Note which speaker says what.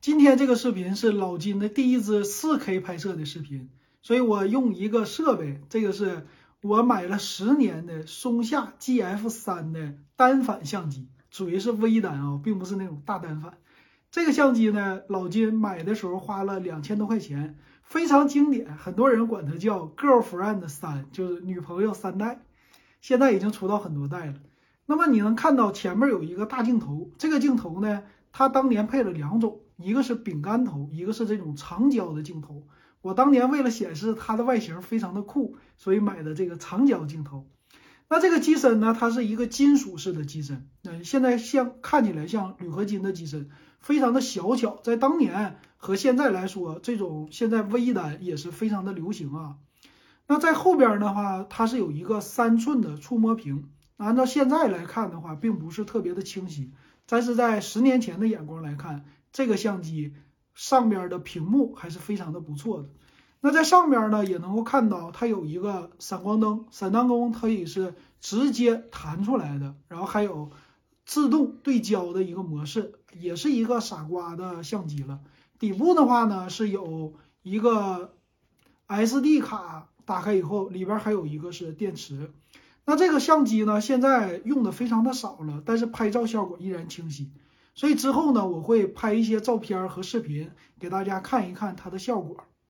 Speaker 1: 今天这个视频是老金的第一支 4K 拍摄的视频，所以我用一个设备，这个是我买了10年的松下 GF3 的单反相机，属于是微单啊，并不是那种大单反。这个相机呢，老金买的时候花了2000多块钱，非常经典，很多人管它叫 Girlfriend 3，就是女朋友3代，现在已经出到很多代了。那么你能看到前面有一个大镜头，这个镜头呢，它当年配了2种，一个是饼干头，一个是这种长焦的镜头。我当年为了显示它的外形非常的酷，所以买的这个长焦镜头。那这个机身呢，它是一个金属式的机身，现在看起来像铝合金的机身，非常的小巧，在当年和现在来说，这种现在微单也是非常的流行啊。那在后边的话，它是有一个3寸的触摸屏，按照现在来看的话，并不是特别的清晰，但是在10年前的眼光来看，这个相机上边的屏幕还是非常的不错的。那在上边呢，也能够看到它有一个闪光灯，闪光灯可以是直接弹出来的，然后还有自动对焦的一个模式，也是一个傻瓜的相机了。底部的话呢，是有一个 SD 卡，打开以后里边还有一个是电池。那这个相机呢，现在用的非常的少了，但是拍照效果依然清晰。所以之后呢，我会拍一些照片和视频给大家看一看它的效果。